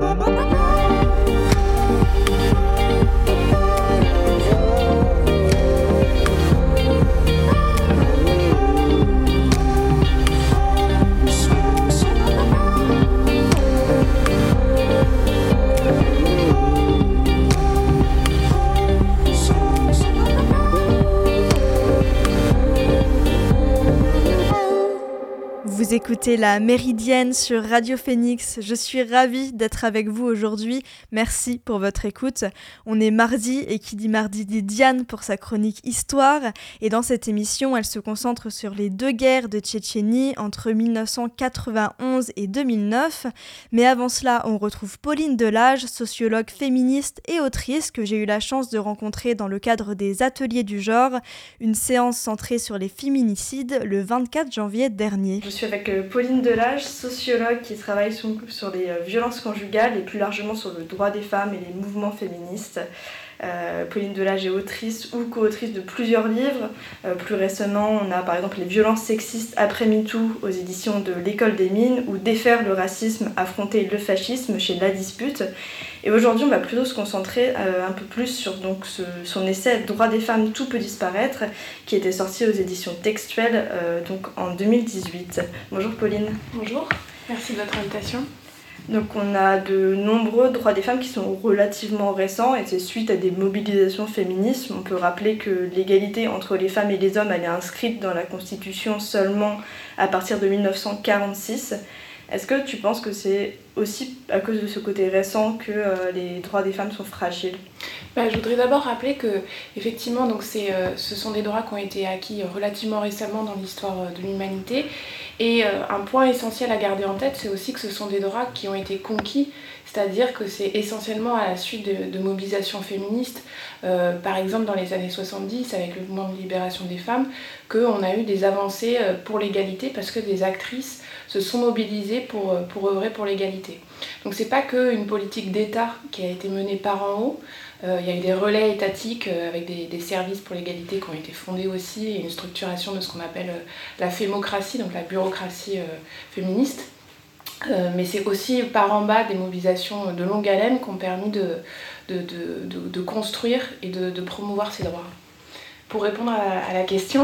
Vous écoutez la Méridienne sur Radio Phoenix. Je suis ravie d'être avec vous aujourd'hui. Merci pour votre écoute. On est mardi et qui dit mardi dit Diane pour sa chronique Histoire. Et dans cette émission, elle se concentre sur les deux guerres de Tchétchénie entre 1991 et 2009. Mais avant cela, on retrouve Pauline Delage, sociologue féministe et autrice que j'ai eu la chance de rencontrer dans le cadre des Ateliers du genre, une séance centrée sur les féminicides le 24 janvier dernier. Je suis avec Pauline Delage, sociologue qui travaille sur les violences conjugales et plus largement sur le droit des femmes et les mouvements féministes. Pauline Delage est autrice ou co-autrice de plusieurs livres. Plus récemment, on a par exemple Les violences sexistes après MeToo aux éditions de l'École des Mines ou Défaire le racisme, affronter le fascisme chez La Dispute. Et aujourd'hui, on va plutôt se concentrer un peu plus sur son essai Droit des femmes, tout peut disparaître, qui était sorti aux éditions Textuelles donc en 2018. Bonjour Pauline. Bonjour, merci de votre invitation. Donc on a de nombreux droits des femmes qui sont relativement récents et c'est suite à des mobilisations féministes. On peut rappeler que l'égalité entre les femmes et les hommes elle est inscrite dans la Constitution seulement à partir de 1946. Est-ce que tu penses que c'est aussi à cause de ce côté récent que les droits des femmes sont fragiles ? Je voudrais d'abord rappeler que effectivement, donc ce sont des droits qui ont été acquis relativement récemment dans l'histoire de l'humanité. Et un point essentiel à garder en tête, c'est aussi que ce sont des droits qui ont été conquis, c'est-à-dire que c'est essentiellement à la suite de mobilisations féministes, par exemple dans les années 70, avec le mouvement de libération des femmes, qu'on a eu des avancées pour l'égalité parce que des actrices se sont mobilisées pour œuvrer pour l'égalité. Donc c'est pas qu'une politique d'État qui a été menée par en haut. Il y a eu des relais étatiques avec des services pour l'égalité qui ont été fondés aussi et une structuration de ce qu'on appelle la fémocratie, donc la bureaucratie féministe. Mais c'est aussi par en bas des mobilisations de longue haleine qui ont permis de construire et de promouvoir ces droits. Pour répondre à la question,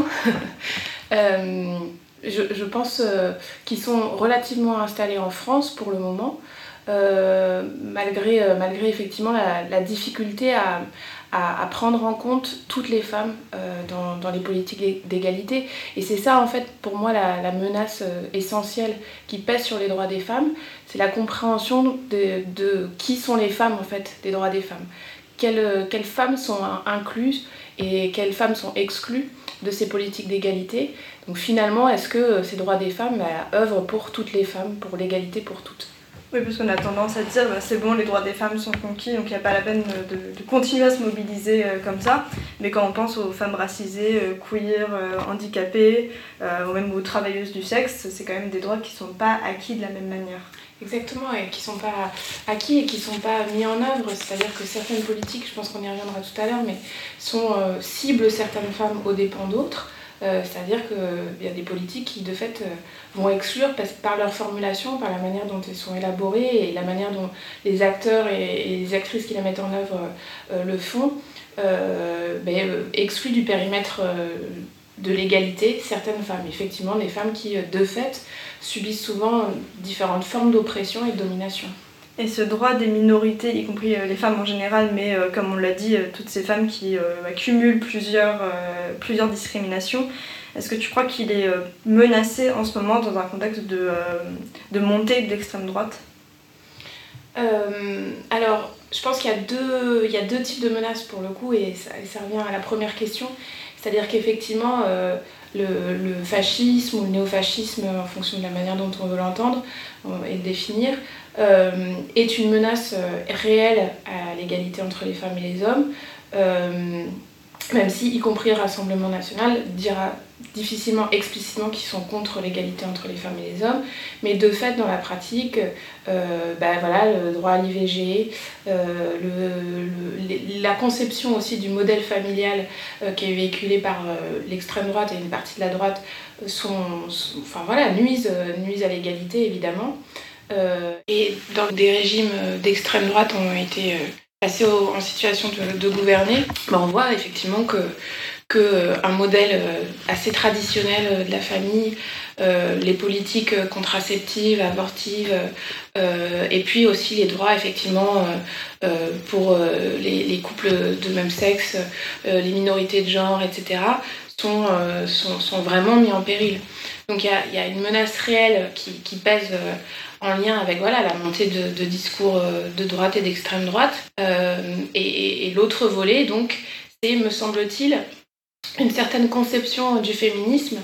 je pense qu'ils sont relativement installés en France pour le moment. Malgré effectivement la difficulté à prendre en compte toutes les femmes dans les politiques d'égalité. Et c'est ça en fait pour moi la menace essentielle qui pèse sur les droits des femmes, c'est la compréhension de qui sont les femmes en fait, des droits des femmes. Quelles femmes sont incluses et quelles femmes sont exclues de ces politiques d'égalité. Donc finalement, est-ce que ces droits des femmes œuvrent pour toutes les femmes, pour l'égalité pour toutes ? Oui, parce qu'on a tendance à dire c'est bon, les droits des femmes sont conquis, donc il n'y a pas la peine de continuer à se mobiliser comme ça. Mais quand on pense aux femmes racisées, queer, handicapées, ou même aux travailleuses du sexe, c'est quand même des droits qui ne sont pas acquis de la même manière. Exactement, et qui ne sont pas acquis et qui ne sont pas mis en œuvre. C'est-à-dire que certaines politiques, je pense qu'on y reviendra tout à l'heure, mais ciblent certaines femmes aux dépens d'autres. C'est-à-dire qu'il y a des politiques qui de fait vont exclure par leur formulation, par la manière dont elles sont élaborées et la manière dont les acteurs et les actrices qui la mettent en œuvre le font, excluent du périmètre de l'égalité certaines femmes. Effectivement, des femmes qui de fait subissent souvent différentes formes d'oppression et de domination. Et ce droit des minorités, y compris les femmes en général, mais comme on l'a dit, toutes ces femmes qui cumulent plusieurs discriminations, est-ce que tu crois qu'il est menacé en ce moment dans un contexte de montée de l'extrême droite ? Alors, je pense qu'il y a deux types de menaces pour le coup, et ça revient à la première question. C'est-à-dire qu'effectivement, le fascisme ou le néofascisme, en fonction de la manière dont on veut l'entendre et le définir, est une menace réelle à l'égalité entre les femmes et les hommes, même si, y compris le Rassemblement national, dira difficilement, explicitement qu'ils sont contre l'égalité entre les femmes et les hommes, mais de fait, dans la pratique, le droit à l'IVG, la conception aussi du modèle familial qui est véhiculé par l'extrême droite et une partie de la droite nuisent à l'égalité, évidemment. et dans des régimes d'extrême droite ont été placés en situation de gouverner, on voit effectivement que un modèle assez traditionnel de la famille, les politiques contraceptives, abortives, et puis aussi les droits effectivement pour les couples de même sexe, les minorités de genre, etc., sont vraiment mis en péril. Donc il y a une menace réelle qui pèse en lien avec la montée de discours de droite et d'extrême droite. Et l'autre volet, donc, c'est, me semble-t-il, une certaine conception du féminisme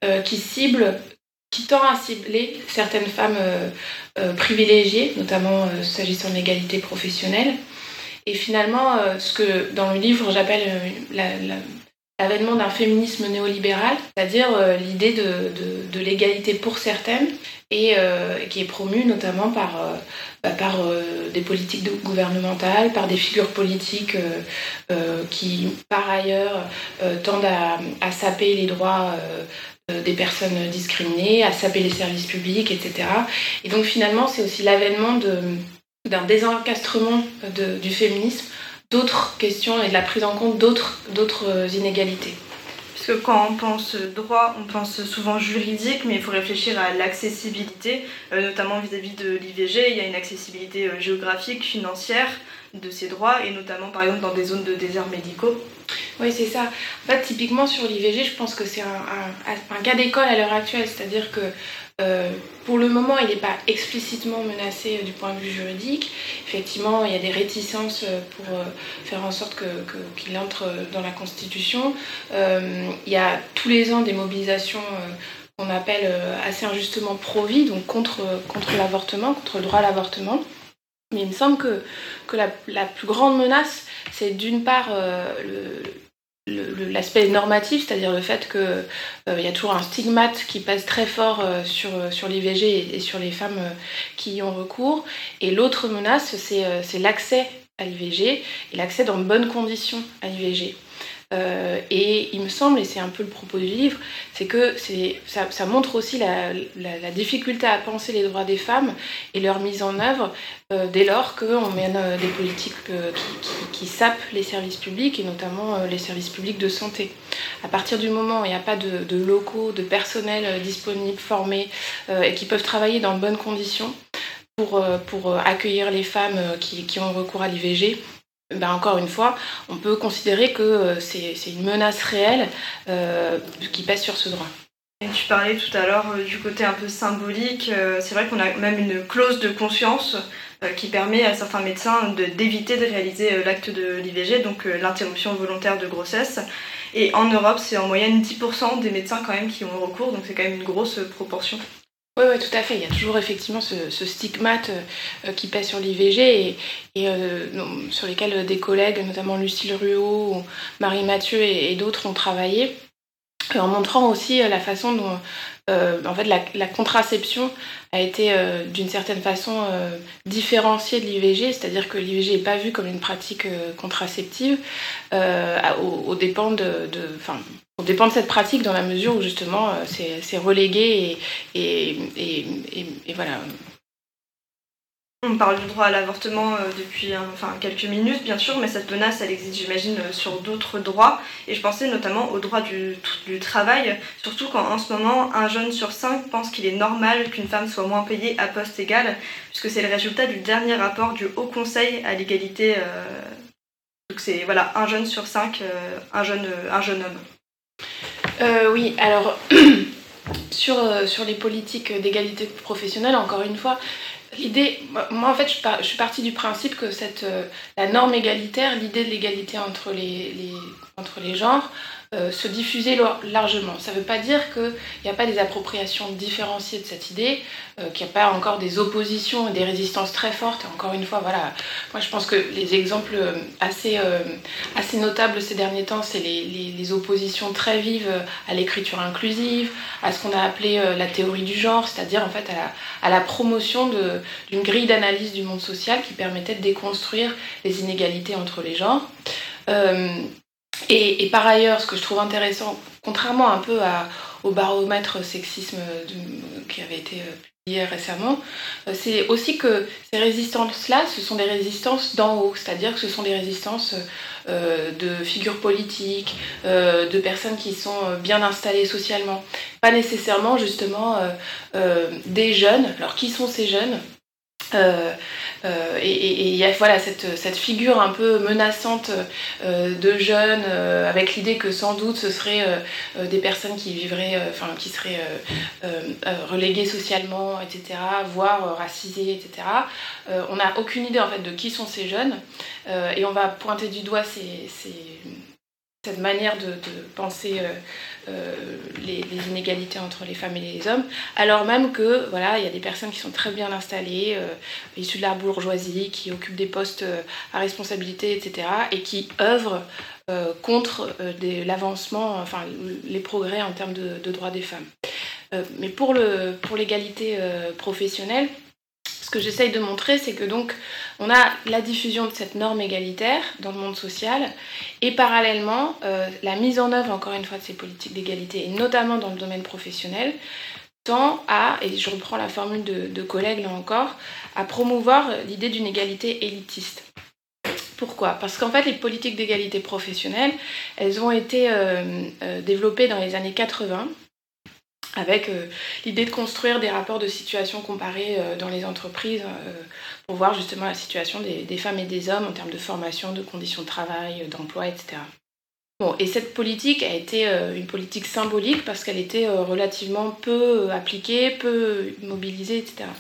qui tend à cibler certaines femmes privilégiées, notamment s'agissant de l'égalité professionnelle. Et finalement, ce que dans le livre j'appelle l'avènement d'un féminisme néolibéral, c'est-à-dire l'idée de l'égalité pour certaines, et qui est promue notamment par des politiques gouvernementales, par des figures politiques qui, par ailleurs, tendent à saper les droits des personnes discriminées, à saper les services publics, etc. Et donc finalement, c'est aussi l'avènement d'un désencastrement du féminisme, d'autres questions et de la prise en compte d'autres inégalités. Parce que quand on pense droit, on pense souvent juridique, mais il faut réfléchir à l'accessibilité, notamment vis-à-vis de l'IVG. Il y a une accessibilité géographique, financière de ces droits, et notamment par exemple dans des zones de déserts médicaux. Oui, c'est ça. En fait, typiquement sur l'IVG, je pense que c'est un cas d'école à l'heure actuelle, c'est-à-dire que pour le moment, il n'est pas explicitement menacé du point de vue juridique. Effectivement, il y a des réticences pour faire en sorte qu'il entre dans la Constitution. Il y a tous les ans des mobilisations qu'on appelle assez injustement pro-vie, donc contre l'avortement, contre le droit à l'avortement. Mais il me semble que la plus grande menace, c'est d'une part l'aspect normatif, c'est-à-dire le fait qu'il y a toujours un stigmate qui pèse très fort sur l'IVG et sur les femmes qui y ont recours. Et l'autre menace, c'est l'accès à l'IVG et l'accès dans de bonnes conditions à l'IVG. Et il me semble, et c'est un peu le propos du livre, c'est que ça montre aussi la difficulté à penser les droits des femmes et leur mise en œuvre dès lors qu'on mène des politiques qui sapent les services publics et notamment les services publics de santé. À partir du moment où il n'y a pas de locaux, de personnel disponible, formé et qui peuvent travailler dans de bonnes conditions pour accueillir les femmes qui ont recours à l'IVG, encore une fois, on peut considérer que c'est une menace réelle qui pèse sur ce droit. Et tu parlais tout à l'heure du côté un peu symbolique. C'est vrai qu'on a même une clause de conscience qui permet à certains médecins d'éviter de réaliser l'acte de l'IVG, donc l'interruption volontaire de grossesse. Et en Europe, c'est en moyenne 10% des médecins quand même qui ont recours, donc c'est quand même une grosse proportion. Oui, tout à fait. Il y a toujours effectivement ce stigmate qui pèse sur l'IVG et sur lesquels des collègues, notamment Lucille Ruot, ou Marie Mathieu et d'autres ont travaillé, en montrant aussi la façon dont en fait, la contraception a été d'une certaine façon différenciée de l'IVG, c'est-à-dire que l'IVG n'est pas vue comme une pratique contraceptive aux dépens on dépend de cette pratique dans la mesure où justement c'est relégué et voilà. On parle du droit à l'avortement depuis quelques minutes, bien sûr, mais cette menace, elle existe, j'imagine, sur d'autres droits. Et je pensais notamment au droit du travail, surtout quand en ce moment, un jeune sur 5 pense qu'il est normal qu'une femme soit moins payée à poste égal, puisque c'est le résultat du dernier rapport du Haut Conseil à l'égalité. Donc c'est un jeune sur 5, un jeune homme. Oui, alors sur les politiques d'égalité professionnelle, encore une fois, l'idée, moi en fait je suis partie du principe que la norme égalitaire, l'idée de l'égalité entre les genres, se diffusait largement. Ça ne veut pas dire qu'il n'y a pas des appropriations différenciées de cette idée, qu'il n'y a pas encore des oppositions et des résistances très fortes. Et encore une fois, voilà, moi je pense que les exemples assez notables ces derniers temps, c'est les oppositions très vives à l'écriture inclusive, à ce qu'on a appelé la théorie du genre, c'est-à-dire en fait à la promotion d'une grille d'analyse du monde social qui permettait de déconstruire les inégalités entre les genres. Et par ailleurs, ce que je trouve intéressant, contrairement un peu au baromètre sexisme qui avait été récemment, c'est aussi que ces résistances-là, ce sont des résistances d'en haut, c'est-à-dire que ce sont des résistances de figures politiques, de personnes qui sont bien installées socialement, pas nécessairement justement des jeunes. Alors qui sont ces jeunes ? Et il y a voilà, cette figure un peu menaçante de jeunes, avec l'idée que sans doute ce seraient des personnes qui vivraient, qui seraient reléguées socialement, etc., voire racisées, etc. On n'a aucune idée en fait de qui sont ces jeunes, et on va pointer du doigt cette manière de penser les inégalités entre les femmes et les hommes, alors même que voilà, il y a des personnes qui sont très bien installées, issues de la bourgeoisie, qui occupent des postes à responsabilité, etc., et qui œuvrent contre l'avancement, les progrès en termes de droits des femmes. Mais pour l'égalité professionnelle, ce que j'essaye de montrer, c'est que donc on a la diffusion de cette norme égalitaire dans le monde social et parallèlement la mise en œuvre, encore une fois, de ces politiques d'égalité, et notamment dans le domaine professionnel, tend à, et je reprends la formule de collègues là encore, à promouvoir l'idée d'une égalité élitiste. Pourquoi ? Parce qu'en fait, les politiques d'égalité professionnelle, elles ont été développées dans les années 80, avec l'idée de construire des rapports de situation comparés dans les entreprises pour voir justement la situation des femmes et des hommes en termes de formation, de conditions de travail, d'emploi, etc. Bon, et cette politique a été une politique symbolique parce qu'elle était relativement peu appliquée, peu mobilisée, etc.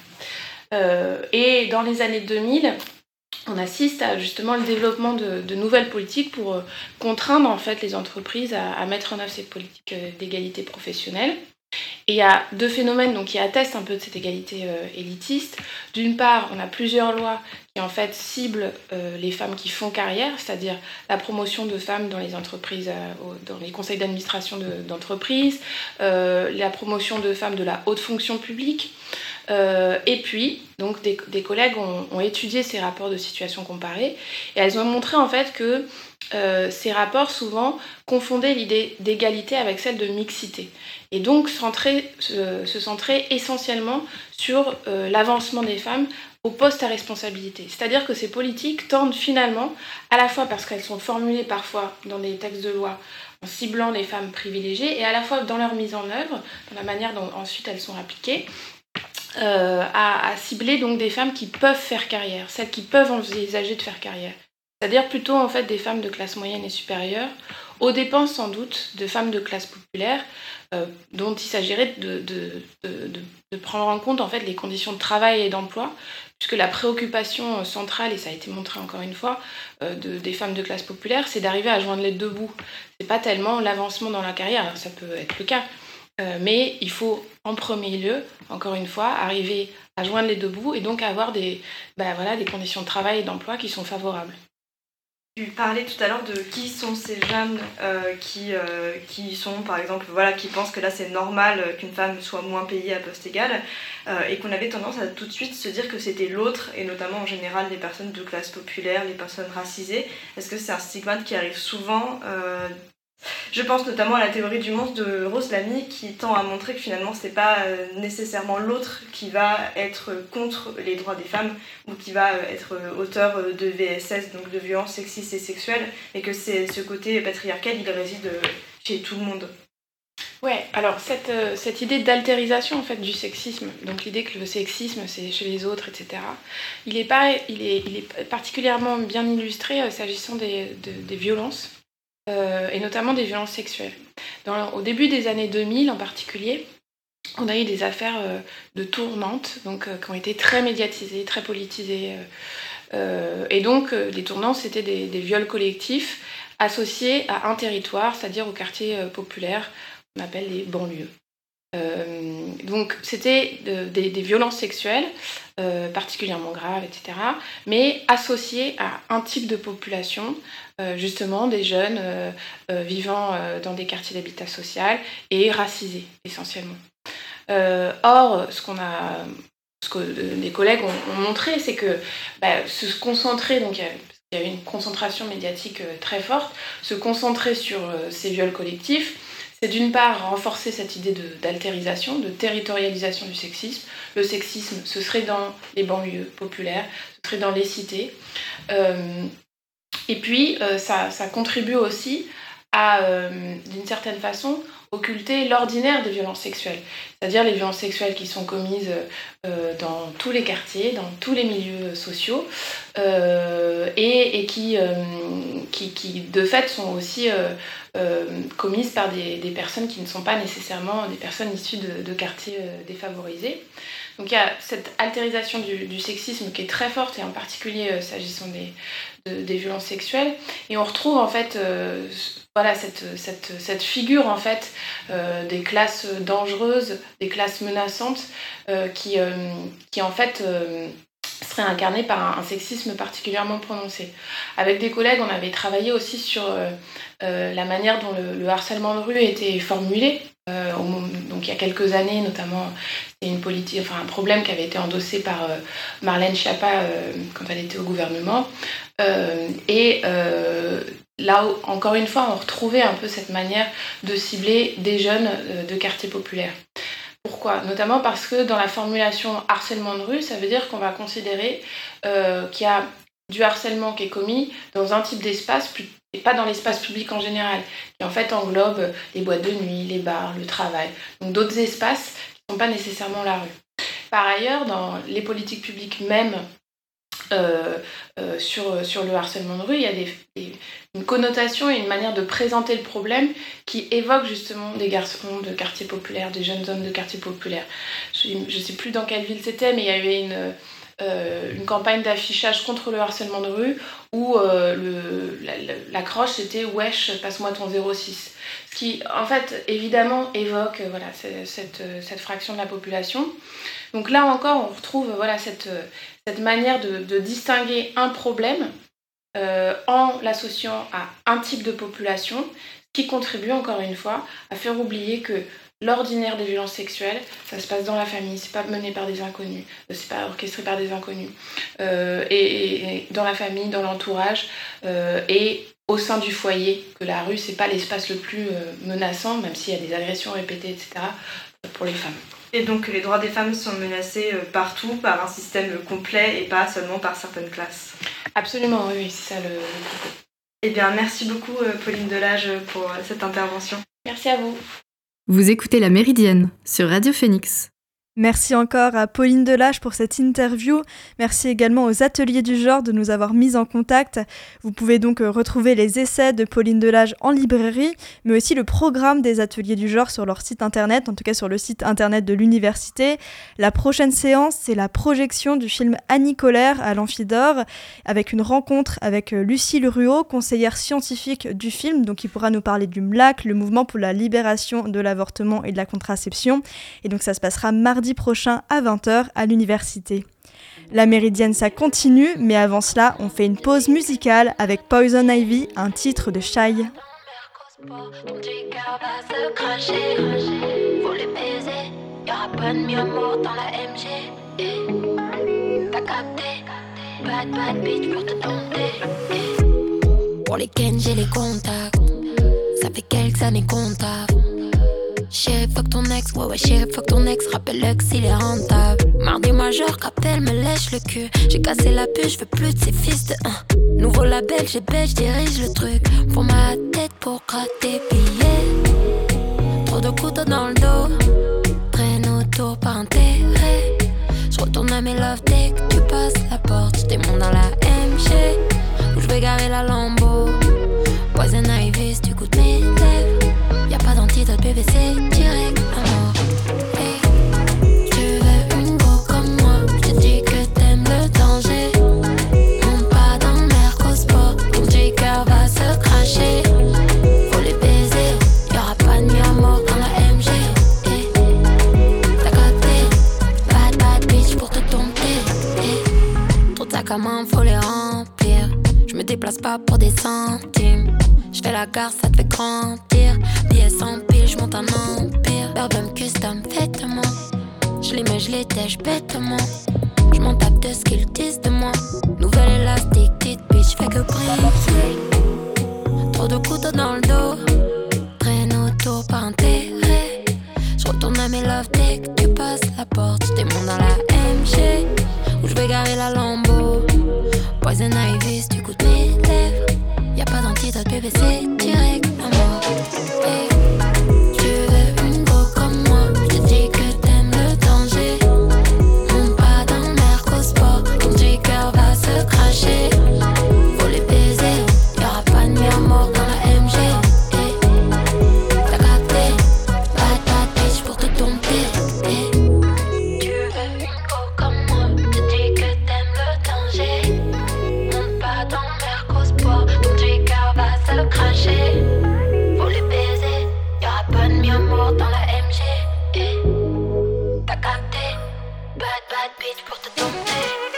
Et dans les années 2000, on assiste à justement le développement de nouvelles politiques pour contraindre en fait les entreprises à mettre en œuvre cette politique d'égalité professionnelle. Et il y a deux phénomènes donc, qui attestent un peu de cette égalité élitiste. D'une part, on a plusieurs lois qui en fait ciblent les femmes qui font carrière, c'est-à-dire la promotion de femmes dans les entreprises, dans les conseils d'administration d'entreprises, la promotion de femmes de la haute fonction publique. Et puis, donc, des collègues ont étudié ces rapports de situation comparée et elles ont montré en fait que ces rapports souvent confondaient l'idée d'égalité avec celle de mixité et donc se centraient essentiellement sur l'avancement des femmes aux postes à responsabilité. C'est-à-dire que ces politiques tendent finalement, à la fois parce qu'elles sont formulées parfois dans des textes de loi en ciblant les femmes privilégiées et à la fois dans leur mise en œuvre, dans la manière dont ensuite elles sont appliquées, à cibler donc des femmes qui peuvent faire carrière, celles qui peuvent envisager de faire carrière. C'est-à-dire plutôt en fait des femmes de classe moyenne et supérieure, aux dépens sans doute de femmes de classe populaire, dont il s'agirait de prendre en compte en fait les conditions de travail et d'emploi, puisque la préoccupation centrale, et ça a été montré encore une fois, des femmes de classe populaire, c'est d'arriver à joindre les deux bouts. C'est pas tellement l'avancement dans la carrière, alors ça peut être le cas, mais il faut en premier lieu, encore une fois, arriver à joindre les deux bouts et donc avoir des conditions de travail et d'emploi qui sont favorables. Tu parlais tout à l'heure de qui sont ces jeunes qui sont, par exemple, qui pensent que là c'est normal qu'une femme soit moins payée à poste égal et qu'on avait tendance à tout de suite se dire que c'était l'autre, et notamment en général les personnes de classe populaire, les personnes racisées. Est-ce que c'est un stigmate qui arrive souvent Je pense notamment à la théorie du monstre de Rose Lamy qui tend à montrer que finalement c'est pas nécessairement l'autre qui va être contre les droits des femmes ou qui va être auteur de VSS, donc de violences sexistes et sexuelles, et que c'est ce côté patriarcal, il réside chez tout le monde. Ouais, alors cette idée d'altérisation en fait du sexisme, donc l'idée que le sexisme c'est chez les autres, etc., il est particulièrement bien illustré s'agissant des violences. Et notamment des violences sexuelles. Au début des années 2000 en particulier, on a eu des affaires de tournantes qui ont été très médiatisées, très politisées. Et donc les tournantes, c'était des viols collectifs associés à un territoire, c'est-à-dire au quartier populaire, qu'on appelle les banlieues. Donc c'était des violences sexuelles particulièrement graves, etc., mais associées à un type de population, justement des jeunes vivant dans des quartiers d'habitat social et racisés essentiellement. Or, ce que des collègues ont montré, c'est que se concentrer, donc il y a eu une concentration médiatique très forte, se concentrer sur ces viols collectifs, c'est d'une part renforcer cette idée d'altérisation, de territorialisation du sexisme. Le sexisme, ce serait dans les banlieues populaires, ce serait dans les cités. Et puis, ça contribue aussi à, d'une certaine façon, occulter l'ordinaire des violences sexuelles. C'est-à-dire les violences sexuelles qui sont commises dans tous les quartiers, dans tous les milieux sociaux, et qui, de fait, sont aussi commises par des personnes qui ne sont pas nécessairement des personnes issues de quartiers défavorisés. Donc il y a cette altérisation du sexisme qui est très forte, et en particulier s'agissant des violences sexuelles. Et on retrouve en fait cette figure en fait des classes dangereuses, des classes menaçantes qui en fait serait incarnée par un sexisme particulièrement prononcé. Avec des collègues, on avait travaillé aussi sur la manière dont le harcèlement de rue était formulé. Donc il y a quelques années, notamment, c'était un problème qui avait été endossé par Marlène Schiappa quand elle était au gouvernement. Là, encore une fois, on retrouvait un peu cette manière de cibler des jeunes de quartiers populaires. Pourquoi ? Notamment parce que dans la formulation harcèlement de rue, ça veut dire qu'on va considérer qu'il y a du harcèlement qui est commis dans un type d'espace et pas dans l'espace public en général, qui en fait englobe les boîtes de nuit, les bars, le travail, donc d'autres espaces qui ne sont pas nécessairement la rue. Par ailleurs, dans les politiques publiques même, sur le harcèlement de rue, il y a une connotation et une manière de présenter le problème qui évoque justement des garçons de quartier populaire, des jeunes hommes de quartier populaire. Je ne sais plus dans quelle ville c'était, mais il y avait une campagne d'affichage contre le harcèlement de rue où l'accroche c'était « Wesh, passe-moi ton 06 ». Ce qui, en fait, évidemment, évoque cette fraction de la population. Donc là encore, on retrouve cette manière de distinguer un problème en l'associant à un type de population, qui contribue encore une fois à faire oublier que l'ordinaire des violences sexuelles, ça se passe dans la famille, c'est pas mené par des inconnus, c'est pas orchestré par des inconnus, et dans la famille, dans l'entourage, et au sein du foyer, que la rue c'est pas l'espace le plus menaçant, même s'il y a des agressions répétées, etc., pour les femmes. Et donc les droits des femmes sont menacés partout par un système complet et pas seulement par certaines classes. Absolument, oui, c'est ça le propos. Eh bien, merci beaucoup Pauline Delage pour cette intervention. Merci à vous. Vous écoutez La Méridienne sur Radio Phoenix. Merci encore à Pauline Delage pour cette interview. Merci également aux Ateliers du Genre de nous avoir mis en contact. Vous pouvez donc retrouver les essais de Pauline Delage en librairie, mais aussi le programme des Ateliers du Genre sur leur site internet, en tout cas sur le site internet de l'université. La prochaine séance, c'est la projection du film Annie Colère à l'Amphidore, avec une rencontre avec Lucille Ruot, conseillère scientifique du film, donc qui pourra nous parler du MLAC, le mouvement pour la libération de l'avortement et de la contraception. Et donc ça se passera mardi prochain à 20h à l'université. La Méridienne, ça continue, mais avant cela, on fait une pause musicale avec Poison Ivy, un titre de Shai. Ton petit cœur va se cracher, faut les baiser, y'aura pas de mieux mort dans la MG. T'as capté, bad bitch pour te tenter. Pour les ken j'ai les contacts, ça fait quelques années qu'on tape. Chérie, fuck ton ex, ouais, chérie, fuck ton ex. Rappelle-le que s'il est rentable. Mardi majeur, qu'appelle, me lèche le cul. J'ai cassé la puce, je veux plus de ces fils de 1. Nouveau label, j'ai bête, j'dirige le truc. Pour ma tête, pour gratter billets. Trop de couteaux dans le dos. Traîne autour par intérêt. J'retourne à mes love dès que tu passes la porte. J'démonte dans la MG, où j'vais garer la Lambo. Poison Ivy, si tu goûtes mes lèvres. Y'a pas d'antidote PVC, direct à mort. Hey, tu veux une go comme moi, je te dis que t'aimes le danger. Monte pas dans le Mercosport, ton petit cœur va se cracher. Faut les baiser, y'aura pas de nuit à mort dans la MG. Hey, t'as capté, bad bitch pour te dompter. Hey, trop de sacs à main, faut les remplir. Je me déplace pas pour des centimes. J'fais la gare, ça te fait grandir. Billets sans pile, j'monte un empire. Bourbon custom, faites-moi. J'les mets, j'les tèche bêtement. J'm'en tape de ce qu'ils disent de moi. Nouvelle élastique, petite bitch, j'fais que briller. Trop de couteaux dans le dos. Traîne autour par un dans la MG, où je vais garer la Lambo. Poison Ivy, si tu goûtes mes lèvres, y'a pas d'antidote, bébé, c'est direct à moi. Hey. Tu veux une go comme moi, je te dis que t'aimes le danger. Monte pas dans le Mercosport, ton J-Cœur va se cracher. Faut les baiser, y'aura pas de mien mort dans la MG. Hey. T'as capté, bad bitch pour te dompter. Hey. Tu veux une go comme moi, je te dis que t'aimes le danger. Monte pas dans le Mercosport, ton J-Cœur va se cracher. Faut les baiser, y'aura pas de mien mort dans la MG. Hey. T'as capté, bad bitch pour te dompter.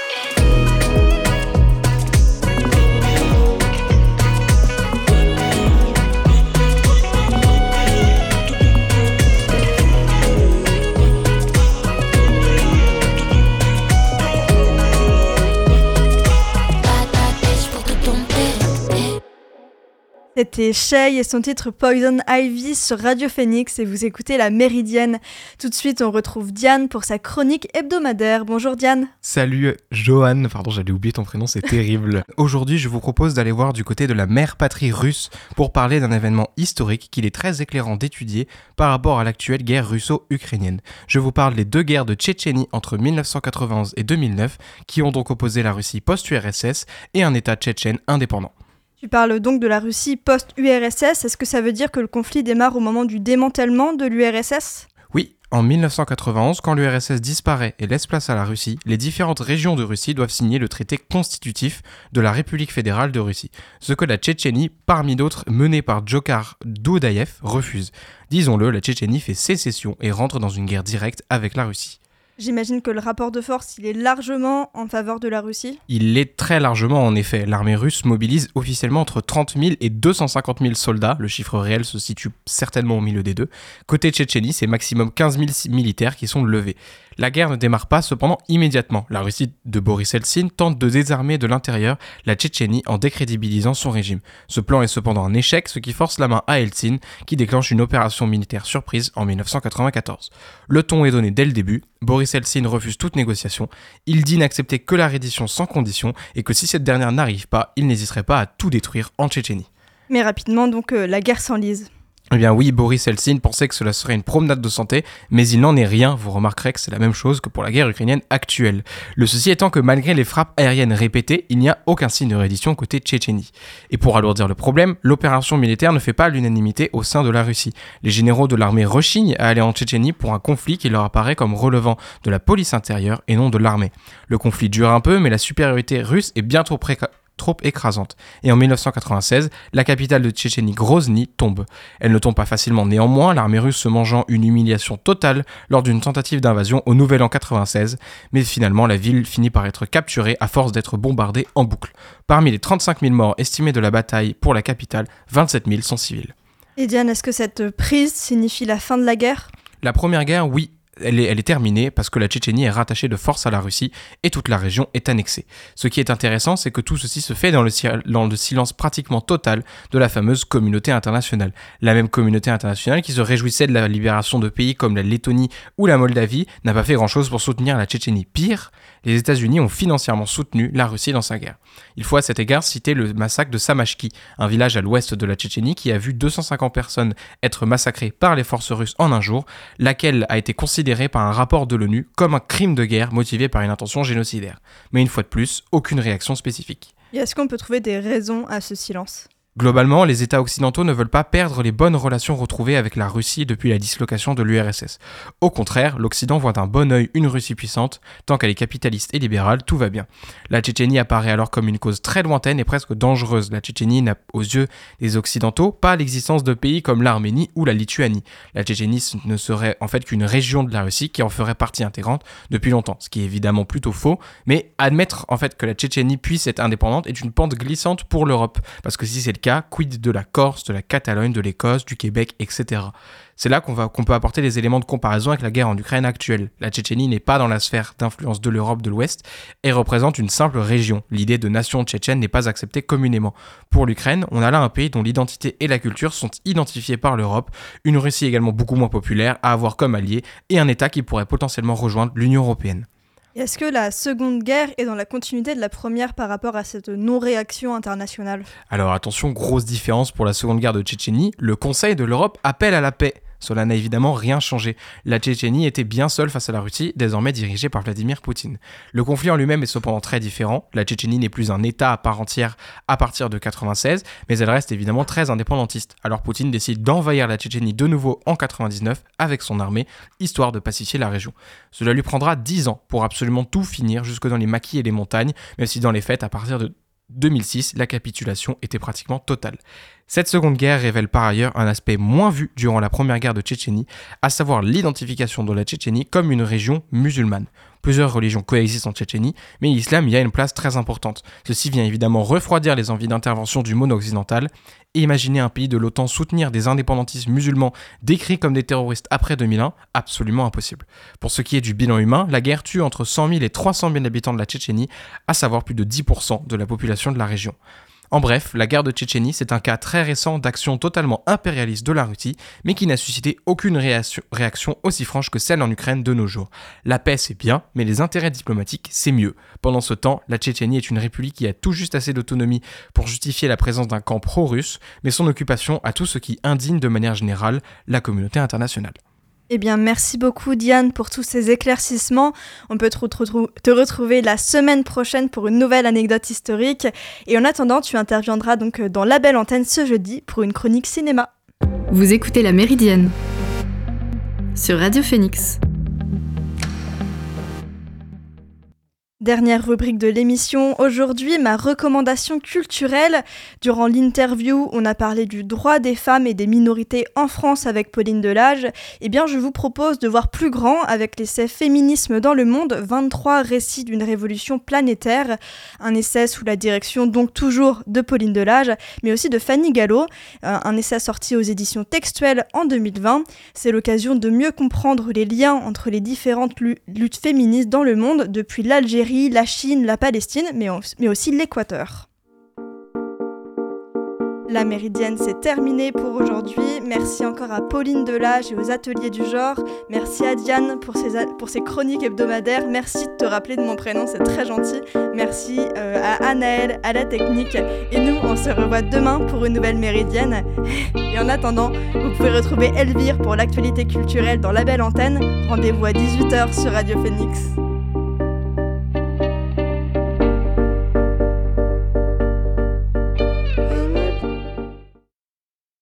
C'était Shay et son titre Poison Ivy sur Radio Phoenix et vous écoutez La Méridienne. Tout de suite, on retrouve Diane pour sa chronique hebdomadaire. Bonjour Diane. Salut Johan, pardon j'allais oublier ton prénom, c'est terrible. Aujourd'hui, je vous propose d'aller voir du côté de la mère patrie russe pour parler d'un événement historique qu'il est très éclairant d'étudier par rapport à l'actuelle guerre russo-ukrainienne. Je vous parle des deux guerres de Tchétchénie entre 1991 et 2009 qui ont donc opposé la Russie post-URSS et un État tchétchène indépendant. Tu parles donc de la Russie post-URSS. Est-ce que ça veut dire que le conflit démarre au moment du démantèlement de l'URSS ? Oui, en 1991, quand l'URSS disparaît et laisse place à la Russie, les différentes régions de Russie doivent signer le traité constitutif de la République fédérale de Russie, ce que la Tchétchénie, parmi d'autres menée par Djokhar Doudaïev, refuse. Disons-le, la Tchétchénie fait sécession et rentre dans une guerre directe avec la Russie. J'imagine que le rapport de force, il est largement en faveur de la Russie. Il l'est très largement en effet. L'armée russe mobilise officiellement entre 30 000 et 250 000 soldats. Le chiffre réel se situe certainement au milieu des deux. Côté Tchétchénie, c'est maximum 15 000 militaires qui sont levés. La guerre ne démarre pas cependant immédiatement. La Russie de Boris Eltsine tente de désarmer de l'intérieur la Tchétchénie en décrédibilisant son régime. Ce plan est cependant un échec, ce qui force la main à Eltsine, qui déclenche une opération militaire surprise en 1994. Le ton est donné dès le début. Boris Eltsine refuse toute négociation. Il dit n'accepter que la reddition sans condition et que si cette dernière n'arrive pas, il n'hésiterait pas à tout détruire en Tchétchénie. Mais rapidement, donc, la guerre s'enlise. Eh bien oui, Boris Eltsine pensait que cela serait une promenade de santé, mais il n'en est rien, vous remarquerez que c'est la même chose que pour la guerre ukrainienne actuelle. Le souci étant que malgré les frappes aériennes répétées, il n'y a aucun signe de reddition côté Tchétchénie. Et pour alourdir le problème, l'opération militaire ne fait pas l'unanimité au sein de la Russie. Les généraux de l'armée rechignent à aller en Tchétchénie pour un conflit qui leur apparaît comme relevant de la police intérieure et non de l'armée. Le conflit dure un peu, mais la supériorité russe est bien trop écrasante. Et en 1996, la capitale de Tchétchénie, Grozny, tombe. Elle ne tombe pas facilement néanmoins, l'armée russe se mangeant une humiliation totale lors d'une tentative d'invasion au Nouvel An 96, mais finalement la ville finit par être capturée à force d'être bombardée en boucle. Parmi les 35 000 morts estimés de la bataille pour la capitale, 27 000 sont civils. Et Diane, est-ce que cette prise signifie la fin de la guerre ? La première guerre, oui. Elle est terminée parce que la Tchétchénie est rattachée de force à la Russie et toute la région est annexée. Ce qui est intéressant, c'est que tout ceci se fait dans le silence pratiquement total de la fameuse communauté internationale. La même communauté internationale qui se réjouissait de la libération de pays comme la Lettonie ou la Moldavie n'a pas fait grand-chose pour soutenir la Tchétchénie. Pire, les États-Unis ont financièrement soutenu la Russie dans sa guerre. Il faut à cet égard citer le massacre de Samashki, un village à l'ouest de la Tchétchénie qui a vu 250 personnes être massacrées par les forces russes en un jour, laquelle a été considérée par un rapport de l'ONU comme un crime de guerre motivé par une intention génocidaire. Mais une fois de plus, aucune réaction spécifique. Et est-ce qu'on peut trouver des raisons à ce silence ? Globalement, les États occidentaux ne veulent pas perdre les bonnes relations retrouvées avec la Russie depuis la dislocation de l'URSS. Au contraire, l'Occident voit d'un bon œil une Russie puissante, tant qu'elle est capitaliste et libérale, tout va bien. La Tchétchénie apparaît alors comme une cause très lointaine et presque dangereuse. La Tchétchénie n'a, aux yeux des Occidentaux, pas l'existence de pays comme l'Arménie ou la Lituanie. La Tchétchénie ne serait en fait qu'une région de la Russie qui en ferait partie intégrante depuis longtemps, ce qui est évidemment plutôt faux, mais admettre en fait que la Tchétchénie puisse être indépendante est une pente glissante pour l'Europe, parce que si c'est le cas, quid de la Corse, de la Catalogne, de l'Écosse, du Québec, etc. C'est là qu'on peut apporter des éléments de comparaison avec la guerre en Ukraine actuelle. La Tchétchénie n'est pas dans la sphère d'influence de l'Europe de l'Ouest et représente une simple région. L'idée de nation tchétchène n'est pas acceptée communément. Pour l'Ukraine, on a là un pays dont l'identité et la culture sont identifiées par l'Europe, une Russie également beaucoup moins populaire à avoir comme allié et un État qui pourrait potentiellement rejoindre l'Union européenne. Est-ce que la Seconde Guerre est dans la continuité de la Première par rapport à cette non-réaction internationale ? Alors attention, grosse différence pour la Seconde Guerre de Tchétchénie, le Conseil de l'Europe appelle à la paix. Cela n'a évidemment rien changé. La Tchétchénie était bien seule face à la Russie, désormais dirigée par Vladimir Poutine. Le conflit en lui-même est cependant très différent. La Tchétchénie n'est plus un État à part entière à partir de 1996, mais elle reste évidemment très indépendantiste. Alors Poutine décide d'envahir la Tchétchénie de nouveau en 1999 avec son armée, histoire de pacifier la région. Cela lui prendra 10 ans pour absolument tout finir, jusque dans les maquis et les montagnes, même si dans les faits, à partir de 2006, la capitulation était pratiquement totale. Cette seconde guerre révèle par ailleurs un aspect moins vu durant la première guerre de Tchétchénie, à savoir l'identification de la Tchétchénie comme une région musulmane. Plusieurs religions coexistent en Tchétchénie, mais l'islam y a une place très importante. Ceci vient évidemment refroidir les envies d'intervention du monde occidental. Et imaginer un pays de l'OTAN soutenir des indépendantistes musulmans décrits comme des terroristes après 2001, absolument impossible. Pour ce qui est du bilan humain, la guerre tue entre 100 000 et 300 000 habitants de la Tchétchénie, à savoir plus de 10% de la population de la région. En bref, la guerre de Tchétchénie, c'est un cas très récent d'action totalement impérialiste de la Russie, mais qui n'a suscité aucune réaction aussi franche que celle en Ukraine de nos jours. La paix, c'est bien, mais les intérêts diplomatiques, c'est mieux. Pendant ce temps, la Tchétchénie est une république qui a tout juste assez d'autonomie pour justifier la présence d'un camp pro-russe, mais son occupation a tout ce qui indigne de manière générale la communauté internationale. Eh bien, merci beaucoup Diane pour tous ces éclaircissements. On peut te retrouver la semaine prochaine pour une nouvelle anecdote historique. Et en attendant, tu interviendras donc dans La Belle Antenne ce jeudi pour une chronique cinéma. Vous écoutez La Méridienne sur Radio Phoenix. Dernière rubrique de l'émission, aujourd'hui ma recommandation culturelle. Durant l'interview, on a parlé du droit des femmes et des minorités en France avec Pauline Delage. Eh bien je vous propose de voir plus grand avec l'essai Féminisme dans le monde, 23 récits d'une révolution planétaire. Un essai sous la direction donc toujours de Pauline Delage, mais aussi de Fanny Gallo. Un essai sorti aux éditions textuelles en 2020. C'est l'occasion de mieux comprendre les liens entre les différentes luttes féministes dans le monde, depuis l'Algérie, la Chine, la Palestine, mais aussi l'Équateur. La Méridienne, c'est terminé pour aujourd'hui. Merci encore à Pauline Delage et aux Ateliers du Genre. Merci à Diane pour ses chroniques hebdomadaires. Merci de te rappeler de mon prénom, c'est très gentil. Merci à Anaëlle, à la technique. Et nous, on se revoit demain pour une nouvelle Méridienne. Et en attendant, vous pouvez retrouver Elvire pour l'actualité culturelle dans La Belle Antenne. Rendez-vous à 18h sur Radio Phoenix.